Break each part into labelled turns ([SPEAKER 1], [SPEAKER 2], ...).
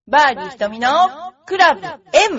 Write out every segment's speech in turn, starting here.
[SPEAKER 1] バーディー瞳のクラブ M。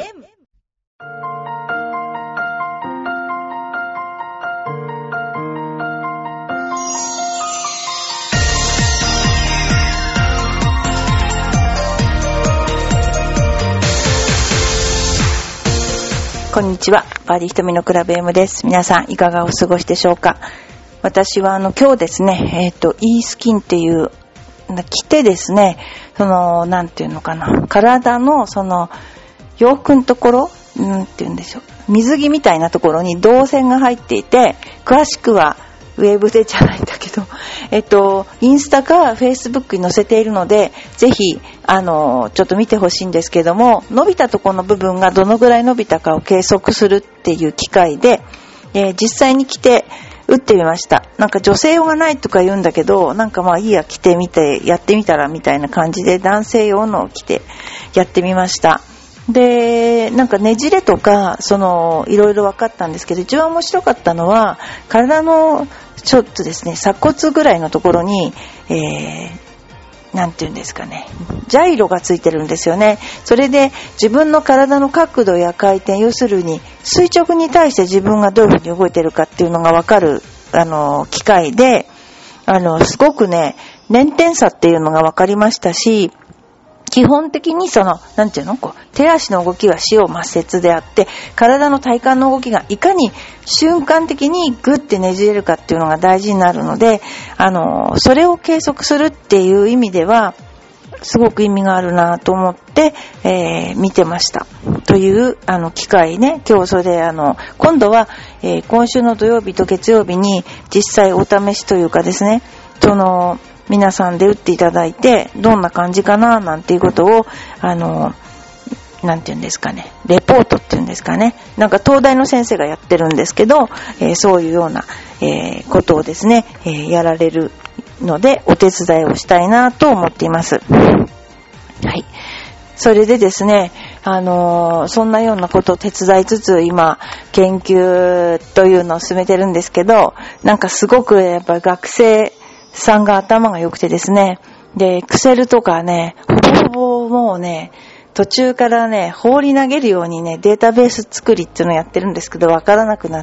[SPEAKER 1] こんにちは、バーディー瞳のクラブ M です。皆さんいかがお過ごしでしょうか。私は今日ですね、E スキンっていう着てですね、なんていうのかな、体の洋服のところ、なんていうんでしょう、水着みたいなところに銅線が入っていて、詳しくはウェブでじゃないんだけど、インスタかフェイスブックに載せているので、ぜひ、ちょっと見てほしいんですけども、伸びたところの部分がどのぐらい伸びたかを計測するっていう機械で、実際に着て、打ってみました。なんか女性用がないとか言うんだけど、なんかまあいいや、着てみて、やってみたらみたいな感じで男性用のを着てやってみました。で、なんかねじれとか、いろいろ分かったんですけど、一番面白かったのは、体のちょっとですね、鎖骨ぐらいのところに、なんていうんですかね、ジャイロがついてるんですよね。それで自分の体の角度や回転、要するに垂直に対して自分がどういうふうに動いてるかっていうのが分かる機械で、すごくね、捻転差っていうのが分かりましたし、基本的になんていうの、手足の動きは枝葉末節であって、体の体幹の動きがいかに瞬間的にグッてねじれるかっていうのが大事になるので、それを計測するっていう意味では、すごく意味があるなと思って、見てました。という、機会ね、今日それで、今度は、今週の土曜日と月曜日に実際お試しというかですね、皆さんで打っていただいて、どんな感じかななんていうことを、なんていうんですかね、レポートっていうんですかね、なんか東大の先生がやってるんですけど、そういうような、ことをですね、やられるので、お手伝いをしたいなと思っています。はい。それでですね、そんなようなことを手伝いつつ、今、研究というのを進めてるんですけど、なんかすごくやっぱり学生さんが頭が良くてですね、で、クセルとかね、ほぼもうね、途中からね、放り投げるようにね、データベース作りっていうのをやってるんですけど、わからなくなって、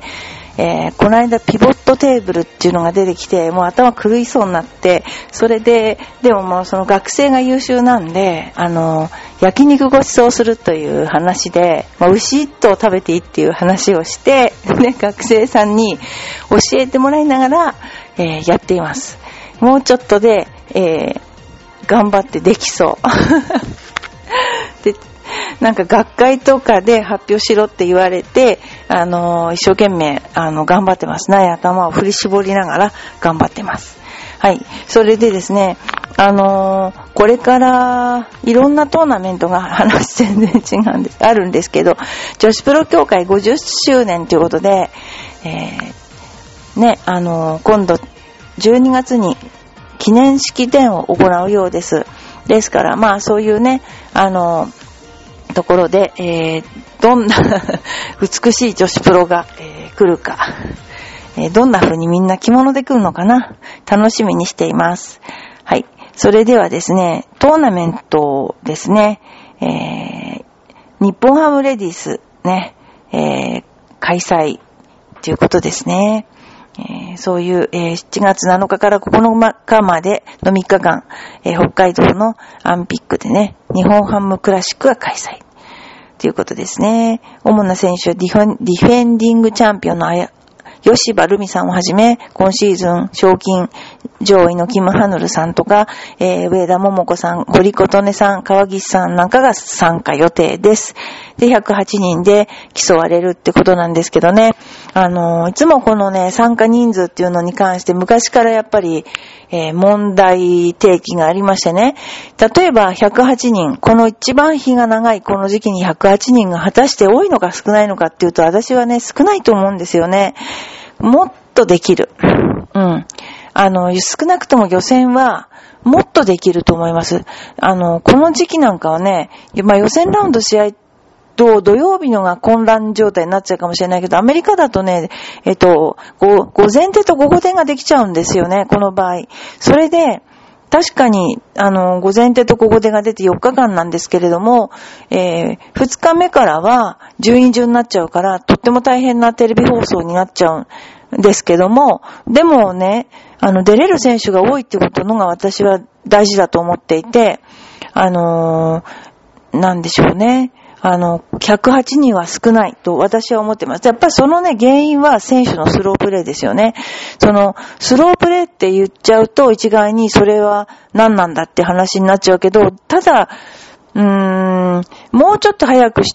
[SPEAKER 1] この間ピボットテーブルっていうのが出てきて、もう頭狂いそうになって、それで、でももう学生が優秀なんで、焼肉ご馳走するという話で、牛一頭食べていいっていう話をして、ね、学生さんに教えてもらいながら、やっています。もうちょっとで、頑張ってできそう。で、なんか学会とかで発表しろって言われて、一生懸命、頑張ってます。ない頭を振り絞りながら頑張ってます。はい。それでですね、これからいろんなトーナメントが話全然違うんです。あるんですけど、女子プロ協会50周年ということで、ね、今度12月に記念式典を行うようです。ですから、まあそういうね、ところで、どんな美しい女子プロが、来るか、どんな風にみんな着物で来るのかな、楽しみにしています。はい。それではですね、トーナメントですね、日本ハムレディースね、開催ということですね。そういう、7月7日から9日までの3日間、北海道のアンピックでね、日本ハムクラシックが開催ということですね。主な選手はディフェンディングチャンピオンの吉羽ルミさんをはじめ、今シーズン賞金上位のキム・ハヌルさんとか、上田桃子さん、堀琴音さん、川岸さんなんかが参加予定です。で、108人で競われるってことなんですけどね。いつもこのね、参加人数っていうのに関して昔からやっぱり、問題提起がありましてね。例えば108人、この一番日が長いこの時期に108人が果たして多いのか少ないのかっていうと、私はね、少ないと思うんですよね。もっとできる。うん。少なくとも予選はもっとできると思います。この時期なんかはね、まあ予選ラウンド試合土曜日のが混乱状態になっちゃうかもしれないけど、アメリカだとね、午前手と午後手ができちゃうんですよね、この場合。それで、 確かに、午前手と午後手が出て4日間なんですけれども、2日目からは順位順になっちゃうから、とっても大変なテレビ放送になっちゃうんですけども、でもね、出れる選手が多いってことのが私は大事だと思っていて、なんでしょうね。108人は少ないと私は思ってます。やっぱりそのね、原因は選手のスロープレーですよね。その、スロープレーって言っちゃうと一概にそれは何なんだって話になっちゃうけど、ただ、もうちょっと早くして、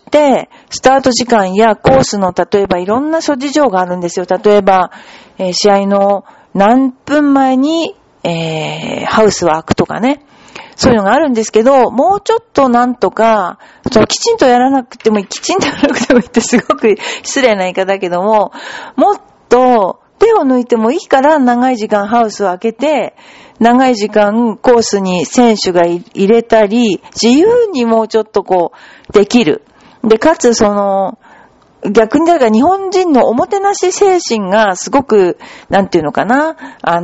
[SPEAKER 1] スタート時間やコースの例えばいろんな諸事情があるんですよ。例えば、試合の何分前に、ハウスは開くとかね。そういうのがあるんですけど、もうちょっとなんとか、きちんとやらなくてもいい、きちんとやらなくてもいいってすごく失礼な言い方だけども、もっと手を抜いてもいいから長い時間ハウスを開けて、長い時間コースに選手が入れたり、自由にもうちょっとできる。で、かつ逆にだから日本人のおもてなし精神がすごく、なんていうのかな、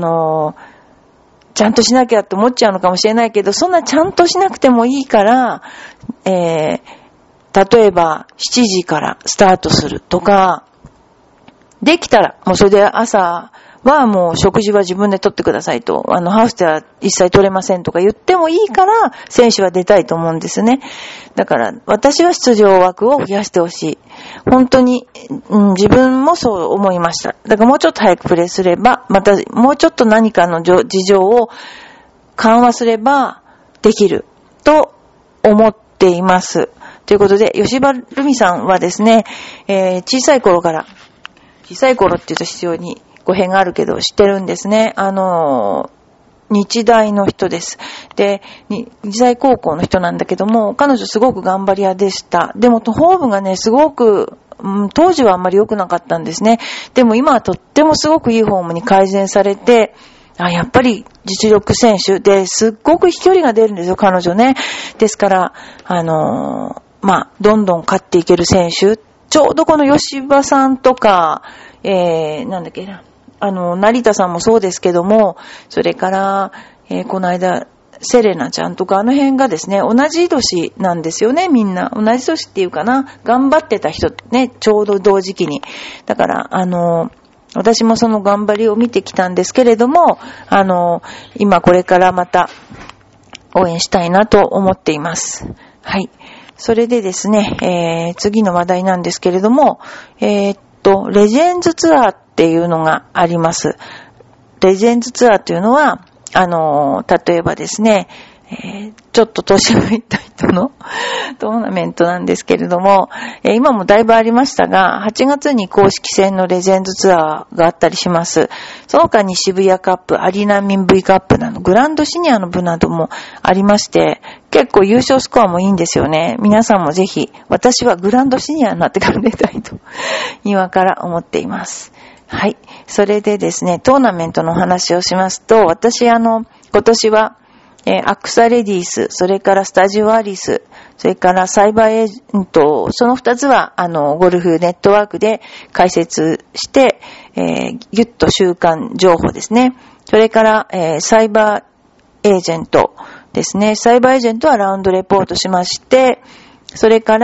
[SPEAKER 1] ちゃんとしなきゃって思っちゃうのかもしれないけど、そんなちゃんとしなくてもいいから、例えば7時からスタートするとか、できたら、もうそれで朝はもう食事は自分で取ってくださいと、ハウスでは一切取れませんとか言ってもいいから、選手は出たいと思うんですね。だから、私は出場枠を増やしてほしい。本当に、自分もそう思いました。だからもうちょっと早くプレーすれば、またもうちょっと何かの事情を緩和すればできると思っています。ということで、吉羽ルミさんはですね、小さい頃って言うと必要に語弊があるけど知ってるんですね。日大の人です。で、日大高校の人なんだけども、彼女すごく頑張り屋でした。でも、フォームがね、すごく、当時はあんまり良くなかったんですね。でも今はとってもすごくいいフォームに改善されて、やっぱり実力選手で、すっごく飛距離が出るんですよ、彼女ね。ですから、どんどん勝っていける選手。ちょうどこの吉羽さんとか、なんだっけな。成田さんもそうですけども、それから、この間、セレナちゃんとか、辺がですね、同じ年なんですよね、みんな。同じ年っていうかな、頑張ってた人ね、ちょうど同時期に。だから、私もその頑張りを見てきたんですけれども、今これからまた応援したいなと思っています。はい。それでですね、次の話題なんですけれども、レジェンズツアーっていうのがあります。レジェンズツアーというのは、例えばですね、ちょっと年がいった人のトーナメントなんですけれども、今もだいぶありましたが、8月に公式戦のレジェンズツアーがあったりします。その他に渋谷カップ、アリーナミン V カップなど、グランドシニアの部などもありまして、結構優勝スコアもいいんですよね。皆さんもぜひ、私はグランドシニアになってから出たいと、今から思っています。はい。それでですね、トーナメントのお話をしますと、私今年は、アクサレディース、それからスタジオアリス、それからサイバーエージェント、その2つは、ゴルフネットワークで解説して、ギュッと週間情報ですね。それから、サイバーエージェントですね。サイバーエージェントはラウンドレポートしまして、それから、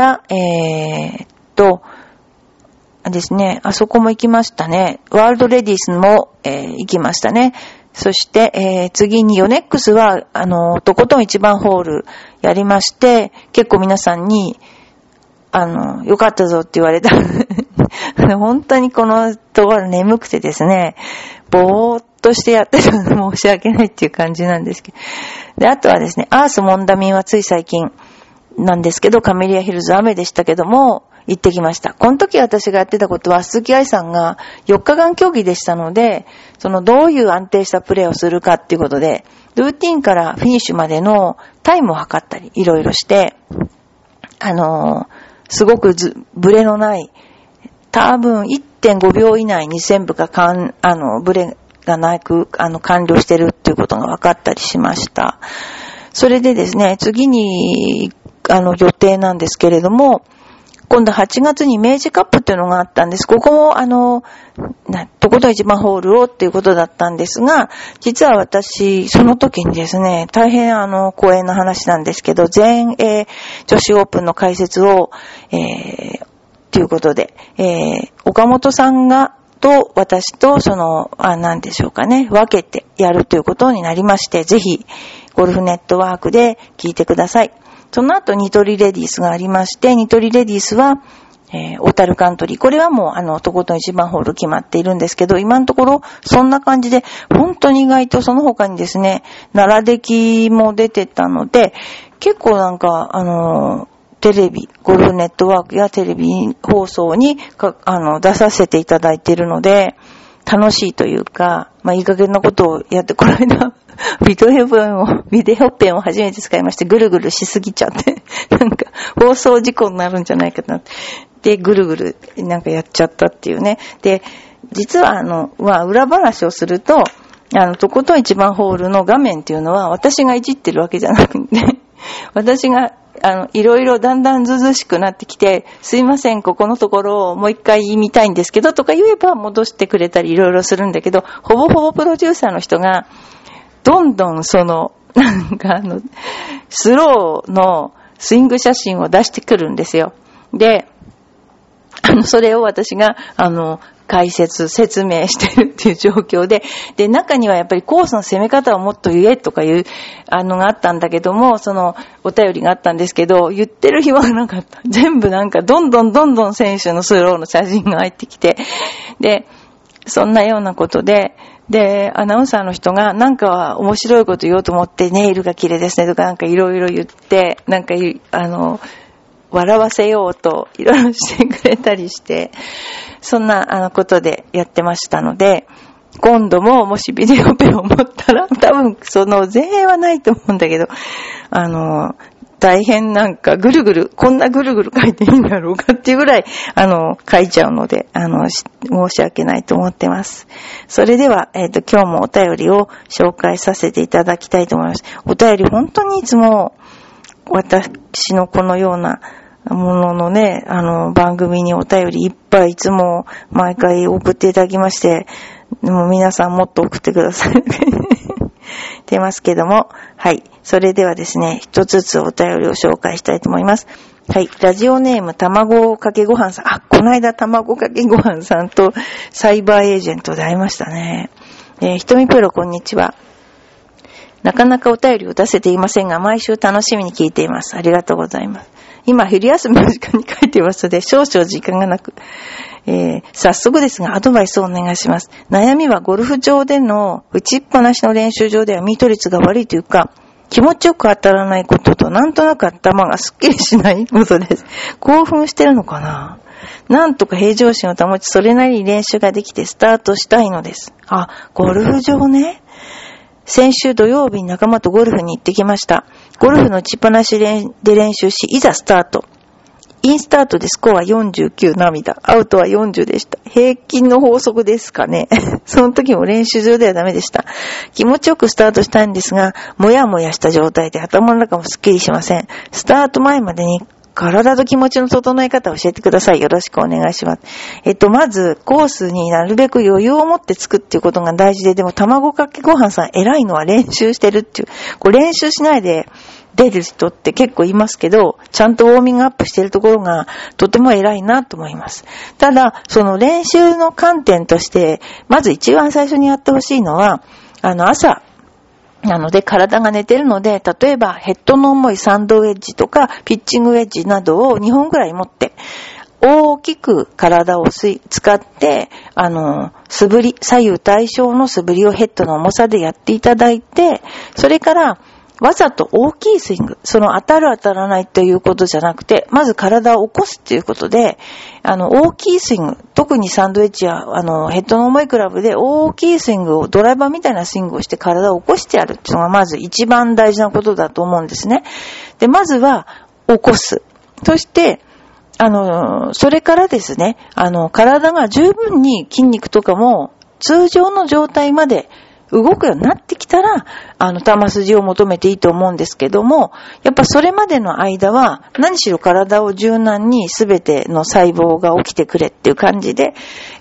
[SPEAKER 1] ですね、あそこも行きましたね。ワールドレディースも、行きましたね。そして、次にヨネックスは、とことん一番ホールやりまして、結構皆さんに、よかったぞって言われた。本当にこのところ眠くてですね、ぼーっとしてやってたの申し訳ないっていう感じなんですけど。で、あとはですね、アースモンダミンはつい最近なんですけど、カメリアヒルズ雨でしたけども、行ってきました。この時私がやってたことは、鈴木愛さんが4日間競技でしたので、どういう安定したプレーをするかっていうことで、ルーティンからフィニッシュまでのタイムを測ったり、いろいろして、すごくブレのない、多分 1.5 秒以内に全部がブレがなく、完了してるっていうことが分かったりしました。それでですね、次に、予定なんですけれども、 今度8月に明治カップっていうのがあったんです。ここもとことん一番ホールをっていうことだったんですが、実は私、その時にですね、大変光栄な話なんですけど、全英女子オープンの解説を、ということで、岡本さんが、と私と何でしょうかね、分けてやるということになりまして、ぜひ、ゴルフネットワークで聞いてください。その後、ニトリレディースがありまして、ニトリレディースは、小樽カントリー。これはもう、とことん一番ホール決まっているんですけど、今のところ、そんな感じで、本当に意外とその他にですね、奈良出来も出てたので、結構なんか、テレビ、ゴルフネットワークやテレビ放送に出させていただいているので、楽しいというか、いい加減なことをやって、この間、ビデオペンを初めて使いまして、ぐるぐるしすぎちゃって、なんか、放送事故になるんじゃないかな。で、ぐるぐる、なんかやっちゃったっていうね。で、実は裏話をすると、とことん一番ホールの画面っていうのは、私がいじってるわけじゃなくて、私が、いろいろだんだんずうずうしくなってきて、すいません、ここのところをもう一回言いみたいんですけど、とか言えば戻してくれたりいろいろするんだけど、ほぼほぼプロデューサーの人が、どんどんスローのスイング写真を出してくるんですよ。で、それを私が、説明してるっていう状況で、で、中にはやっぱりコースの攻め方をもっと言えとかいう、があったんだけども、お便りがあったんですけど、言ってる暇がなかった。全部なんか、どんどん選手のスローの写真が入ってきて、で、そんなようなことで、アナウンサーの人がなんか面白いこと言おうと思って、ネイルが綺麗ですねとかなんかいろいろ言って、なんか笑わせようといろいろしてくれたりして、そんなことでやってましたので、今度ももしビデオペンを持ったら、多分前衛はないと思うんだけど、大変なんかこんなぐるぐる書いていいんだろうかっていうぐらい、書いちゃうので、申し訳ないと思ってます。それでは、今日もお便りを紹介させていただきたいと思います。お便り本当にいつも、私のこのようなもののね、番組にお便りいっぱいいつも毎回送っていただきまして、もう皆さんもっと送ってください。出ますけども、はい。それではですね、一つずつお便りを紹介したいと思います。はい。ラジオネーム、卵かけご飯さん。この間卵かけご飯さんとサイバーエージェントで会いましたね。ひとみプロ、こんにちは。なかなかお便りを出せていませんが、毎週楽しみに聞いています。ありがとうございます。今、昼休みの時間に書いていますので、少々時間がなく、早速ですが、アドバイスをお願いします。悩みはゴルフ場での打ちっぱなしの練習場ではミート率が悪いというか、気持ちよく当たらないことと、なんとなく頭がすっきりしないことです。興奮してるのかな？なんとか平常心を保ち、それなりに練習ができてスタートしたいのです。ゴルフ場ね。先週土曜日に仲間とゴルフに行ってきました。ゴルフの打ちっぱなしで練習し、いざスタート。インスタートでスコア49涙。アウトは40でした。平均の法則ですかね。その時も練習場ではダメでした。気持ちよくスタートしたいんですが、もやもやした状態で頭の中もすっきりしません。スタート前までに体と気持ちの整え方を教えてください。よろしくお願いします。まず、コースになるべく余裕を持ってつくっていうことが大事で、でも卵かけご飯さん偉いのは練習してるっていう。練習しないで出る人って結構いますけど、ちゃんとウォーミングアップしてるところがとても偉いなと思います。ただ、その練習の観点として、まず一番最初にやってほしいのは、朝、なので体が寝てるので、例えばヘッドの重いサンドウェッジとかピッチングウェッジなどを2本ぐらい持って、大きく体を使って、素振り、左右対称の素振りをヘッドの重さでやっていただいて、それから、わざと大きいスイング、当たる当たらないということじゃなくて、まず体を起こすということで、大きいスイング、特にサンドウェッジや、ヘッドの重いクラブで大きいスイングを、ドライバーみたいなスイングをして体を起こしてやるっていうのがまず一番大事なことだと思うんですね。で、まずは起こす。そして、それからですね、体が十分に筋肉とかも通常の状態まで動くようになってきたら、球筋を求めていいと思うんですけども、やっぱそれまでの間は、何しろ体を柔軟に全ての細胞が起きてくれっていう感じで、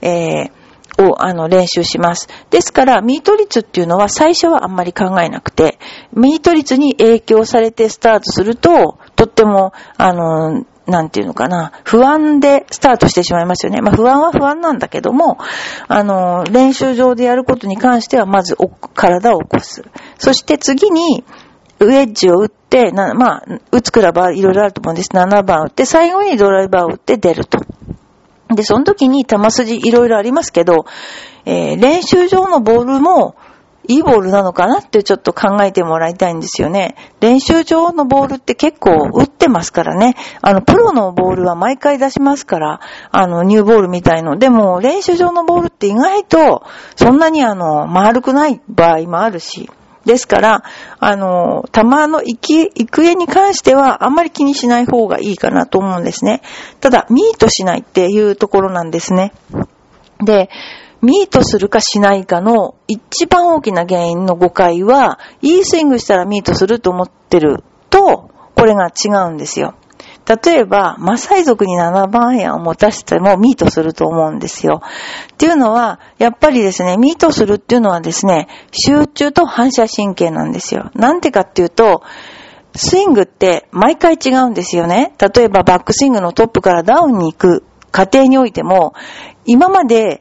[SPEAKER 1] 練習します。ですから、ミート率っていうのは最初はあんまり考えなくて、ミート率に影響されてスタートすると、とっても、なんていうのかな、不安でスタートしてしまいますよね。まあ不安は不安なんだけども、練習場でやることに関してはまず体を起こす。そして次に、ウェッジを打って、まあ、打つクラブはいろいろあると思うんです。7番打って、最後にドライバーを打って出ると。で、その時に球筋いろいろありますけど、練習場のボールもいいボールなのかなってちょっと考えてもらいたいんですよね。練習場のボールって結構打ってますからね。プロのボールは毎回出しますから、ニューボールみたいの。でも、練習場のボールって意外と、そんなに丸くない場合もあるし。ですから、球の行方に関してはあんまり気にしない方がいいかなと思うんですね。ただ、ミートしないっていうところなんですね。で、ミートするかしないかの一番大きな原因の誤解は、いいスイングしたらミートすると思ってると、これが違うんですよ。例えば、マサイ族に7番アイアンを持たせてもミートすると思うんですよ。っていうのは、やっぱりですね、ミートするっていうのはですね、集中と反射神経なんですよ。なんてかっていうと、スイングって毎回違うんですよね。例えば、バックスイングのトップからダウンに行く過程においても、今まで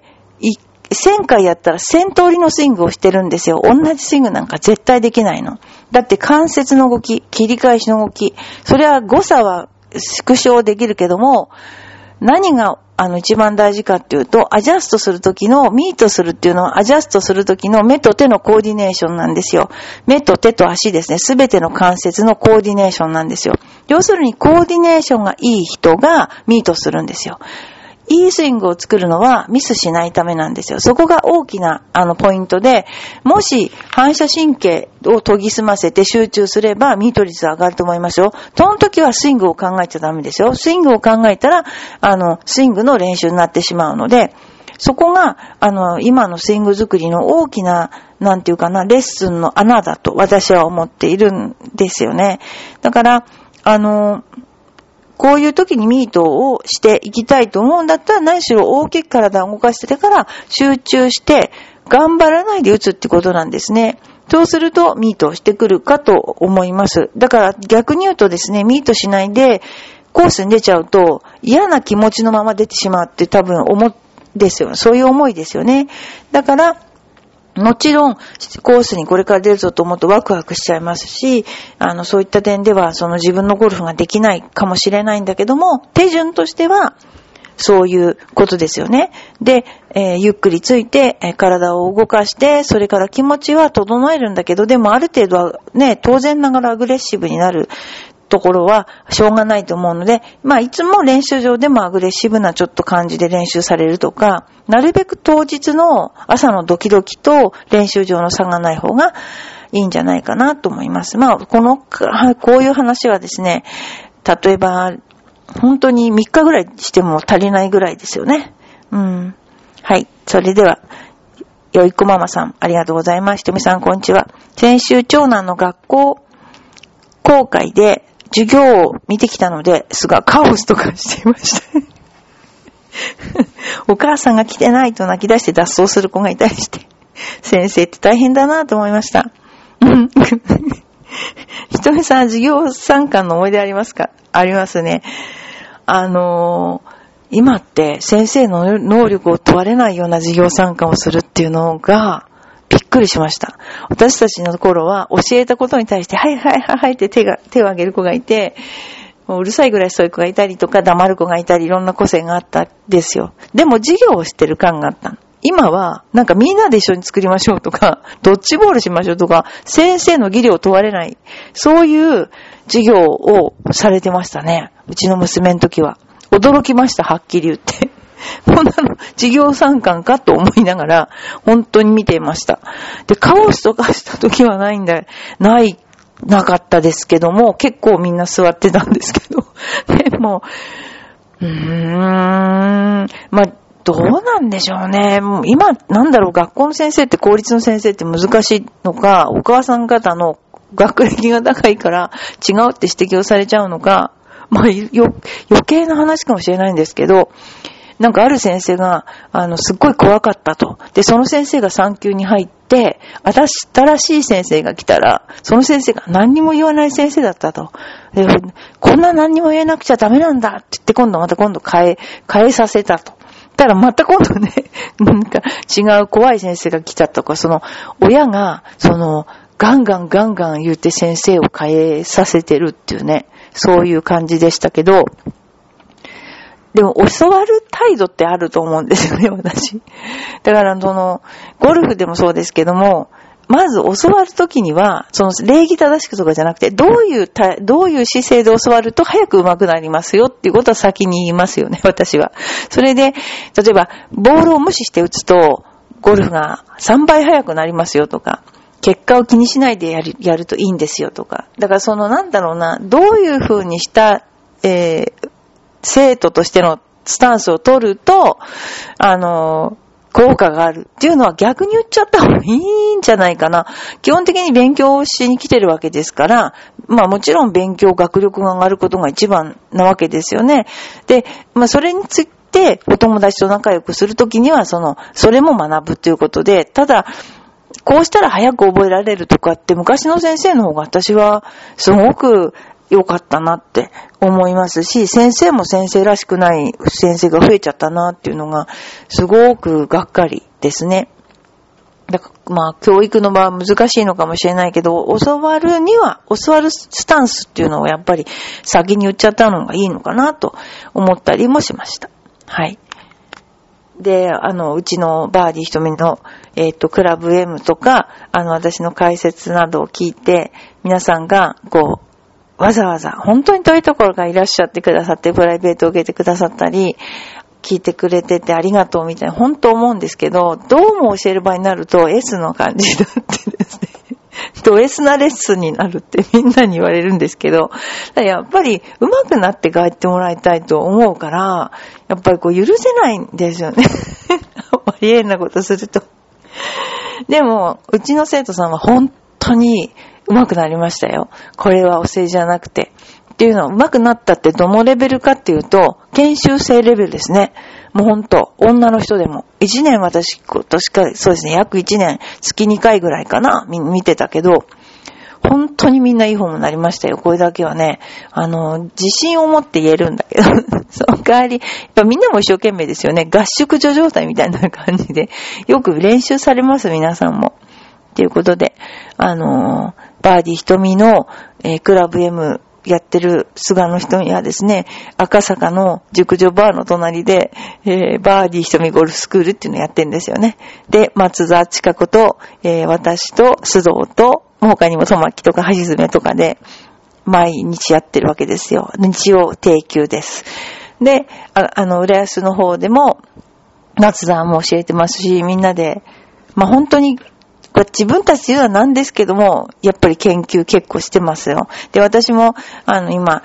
[SPEAKER 1] 1000回やったら1000通りのスイングをしてるんですよ。同じスイングなんか絶対できないの。だって関節の動き、切り返しの動き、それは誤差は縮小できるけども、何が一番大事かっていうと、アジャストするときの、ミートするっていうのはアジャストするときの目と手のコーディネーションなんですよ。目と手と足ですね。すべての関節のコーディネーションなんですよ。要するにコーディネーションがいい人がミートするんですよ。いいスイングを作るのはミスしないためなんですよ。そこが大きなポイントで、もし反射神経を研ぎ澄ませて集中すればミート率は上がると思いますよ。その時はスイングを考えちゃダメですよ。スイングを考えたらスイングの練習になってしまうので、そこが今のスイング作りの大きななんていうかなレッスンの穴だと私は思っているんですよね。だからこういう時にミートをしていきたいと思うんだったら、何しろ大きく体を動かしてから集中して頑張らないで打つってことなんですね。そうするとミートをしてくるかと思います。だから逆に言うとですね、ミートしないでコースに出ちゃうと嫌な気持ちのまま出てしまうって多分ですよ。そういう思いですよね。だからもちろん、コースにこれから出るぞと思うとワクワクしちゃいますし、そういった点では、自分のゴルフができないかもしれないんだけども、手順としては、そういうことですよね。で、ゆっくりついて、体を動かして、それから気持ちは整えるんだけど、でもある程度はね、当然ながらアグレッシブになるところはしょうがないと思うので、まあいつも練習場でもアグレッシブなちょっと感じで練習されるとか、なるべく当日の朝のドキドキと練習場の差がない方がいいんじゃないかなと思います。まあこういう話はですね、例えば本当に3日ぐらいしても足りないぐらいですよね。はい。それでは、よいこママさん、ありがとうございます。ひとみさん、こんにちは。先週、長男の学校公開で授業を見てきたのですが、カオスとかしていました。お母さんが来てないと泣き出して脱走する子がいたりして、先生って大変だなと思いました。ひとみさん、授業参観の思い出ありますか？ありますね。今って先生の能力を問われないような授業参観をするっていうのがびっくりしました。私たちの頃は教えたことに対してはいはいはいはいって手を挙げる子がいて、もううるさいぐらいそういう子がいたりとか黙る子がいたりいろんな個性があったんですよ。でも授業をしてる感があった。今はなんかみんなで一緒に作りましょうとかドッジボールしましょうとか先生の技量を問われないそういう授業をされてましたね。うちの娘の時は驚きました。はっきり言ってこんなの授業参観かと思いながら本当に見ていました。でカオスとかした時はなかったですけども結構みんな座ってたんですけどでもまあどうなんでしょうね。もう今、学校の先生って公立の先生って難しいのか、お母さん方の学歴が高いから違うって指摘をされちゃうのか、余計な話かもしれないんですけど、ある先生が、すっごい怖かったと。で、その先生が産休に入って、新しい先生が来たら、その先生が何にも言わない先生だったと。で、こんな何にも言えなくちゃダメなんだって言って今度変えさせたと。ただまた今度ね、違う怖い先生が来たとか、親が、ガンガン言って先生を変えさせてるっていうね、そういう感じでしたけど、でも教わる態度ってあると思うんですよね、私。だからゴルフでもそうですけども、まず教わるときには、礼儀正しくとかじゃなくて、どういう姿勢で教わると早く上手くなりますよっていうことは先に言いますよね、私は。それで、例えば、ボールを無視して打つと、ゴルフが3倍早くなりますよとか、結果を気にしないでやるといいんですよとか。だからどういう風にした、生徒としてのスタンスを取ると、効果があるっていうのは逆に言っちゃった方がいいんじゃないかな。基本的に勉強をしに来てるわけですから、もちろん学力が上がることが一番なわけですよね。で、それについてお友達と仲良くするときには、それも学ぶということで、ただ、こうしたら早く覚えられるとかって昔の先生の方が私はすごく良かったなって思いますし、先生も先生らしくない先生が増えちゃったなっていうのがすごくがっかりですね。だから教育の場は難しいのかもしれないけど、教わるスタンスっていうのをやっぱり先に言っちゃったのがいいのかなと思ったりもしました。はい。で、うちのバーディーひとみの、クラブ M とか、私の解説などを聞いて、皆さんが、わざわざ、本当に遠いところからいらっしゃってくださって、プライベートを受けてくださったり、聞いてくれててありがとうみたいな、本当思うんですけど、どうも教える場合になると S の感じになってですね、ド S なレッスンになるってみんなに言われるんですけど、やっぱり上手くなって帰ってもらいたいと思うから、やっぱり許せないんですよね。ありえんなことすると。でも、うちの生徒さんは本当に上手くなりましたよ。これは教えじゃなくて。っていうのは上手くなったってどのレベルかっていうと、研修生レベルですね。もうほんと、女の人でも。1年私、今年から、そうですね、約1年、月2回ぐらいかな、見てたけど、本当にみんないい方になりましたよ。これだけはね、自信を持って言えるんだけど、その代わり、やっぱみんなも一生懸命ですよね。合宿所状態みたいな感じで、よく練習されます、皆さんも。ということで、バーディーひとみの、クラブ M、やってる菅野ひとみはですね、赤坂の熟女バーの隣で、バーディーひとみゴルフスクールっていうのをやってるんですよね。で、松田千佳子と、私と須藤と、他にもとまきとか橋爪とかで、毎日やってるわけですよ。日曜定休です。で、浦安の方でも、松田も教えてますし、みんなで、本当に、自分たちで言うのはなんですけども、やっぱり研究結構してますよ。で、私も、今、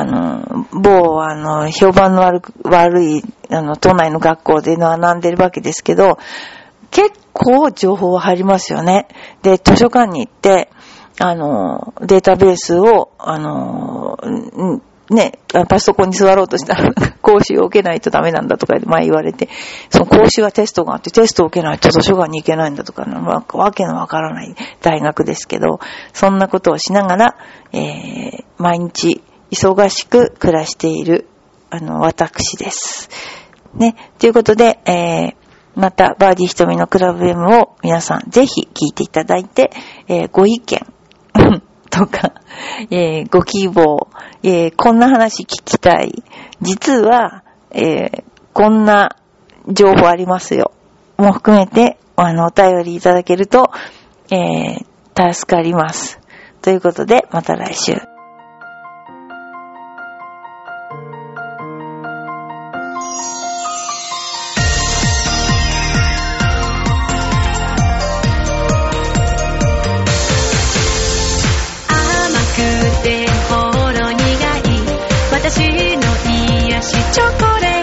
[SPEAKER 1] 評判の悪い、都内の学校で学んでるわけですけど、結構情報は入りますよね。で、図書館に行って、データベースを、パソコンに座ろうとしたら、講習を受けないとダメなんだとか前言われて、その講習はテストがあって、テストを受けないと図書館に行けないんだとか、わけのわからない大学ですけど、そんなことをしながら、毎日忙しく暮らしている、私です。ね、ということで、また、バーディーひとみのクラブ M を皆さんぜひ聞いていただいて、ご意見とか、ご希望、こんな話聞きたい。実は、こんな情報ありますよ。も含めて、お便りいただけると、助かります。ということで、また来週。
[SPEAKER 2] ほろ苦い私の癒しチョコレート